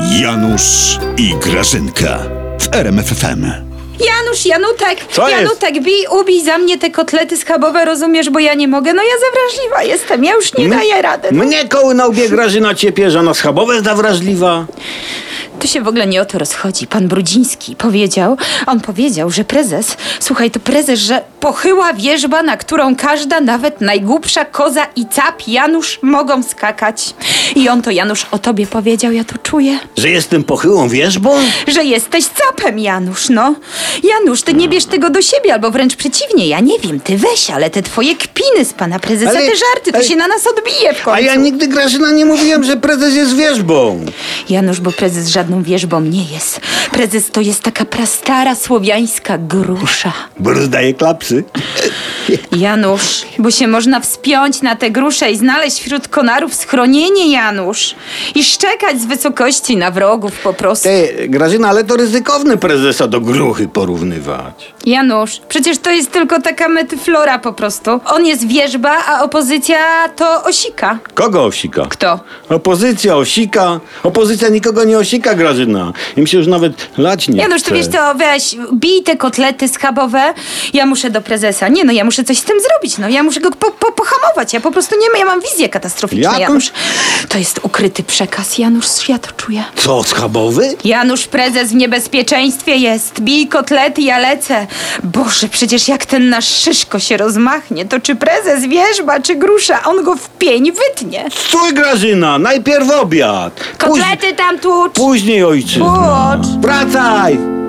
Janusz i Grażynka w RMF FM. Janutek, Co jest? Janutek, ubij za mnie te kotlety schabowe, rozumiesz, bo ja nie mogę. No ja za wrażliwa jestem, ja już nie daję rady. No. Mnie koły na łbie Grażyna ciepie, że ona schabowe za wrażliwa. Tu się w ogóle nie o to rozchodzi. Pan Brudziński powiedział, że prezes, słuchaj, to prezes, że pochyła wierzba, na którą każda, nawet najgłupsza koza i cap, Janusz, mogą skakać. I on to, Janusz, o tobie powiedział, ja to czuję. Że jestem pochyłą wierzbą? Że jesteś capem, Janusz, no. Janusz, ty nie bierz tego do siebie, albo wręcz przeciwnie, ja nie wiem, ty weź, ale te twoje kpiny z pana prezesa, te żarty, to się na nas odbije w końcu. A ja nigdy, Grażyna, nie mówiłem, że prezes jest wierzbą. Janusz, bo prezes żadną wierzbą nie jest. Prezes to jest taka prastara słowiańska grusza. Bo rozdaje klapsy. Janusz, bo się można wspiąć na tę gruszę i znaleźć wśród konarów schronienie, Janusz. I szczekać z wysokości na wrogów po prostu. Ty, Grażyna, ale to ryzykowne prezesa do gruchy porównywać. Janusz, przecież to jest tylko taka metyflora po prostu. On jest wierzba, a opozycja to osika. Kogo osika? Kto? Opozycja osika. Opozycja nikogo nie osika, Grażyna. Im się już nawet lać nie Janusz, chce. to wiesz co, weź, bij te kotlety schabowe. Ja muszę do prezesa. Nie no, ja muszę coś z tym zrobić. No, ja muszę go pohamować. Ja po prostu ja mam wizję katastroficzną, Jaką? Janusz. To jest ukryty przekaz, Janusz, ja to czuję. Co, schabowy? Janusz, prezes w niebezpieczeństwie jest. Bij kotlety, ja lecę. Boże, przecież jak ten nasz Szyszko się rozmachnie, to czy prezes wierzba, czy grusza, on go w pień wytnie. Stój, Grażyna, najpierw obiad. Kotlety tam tłucz. Później ojczyzna. Tłucz. Wracaj!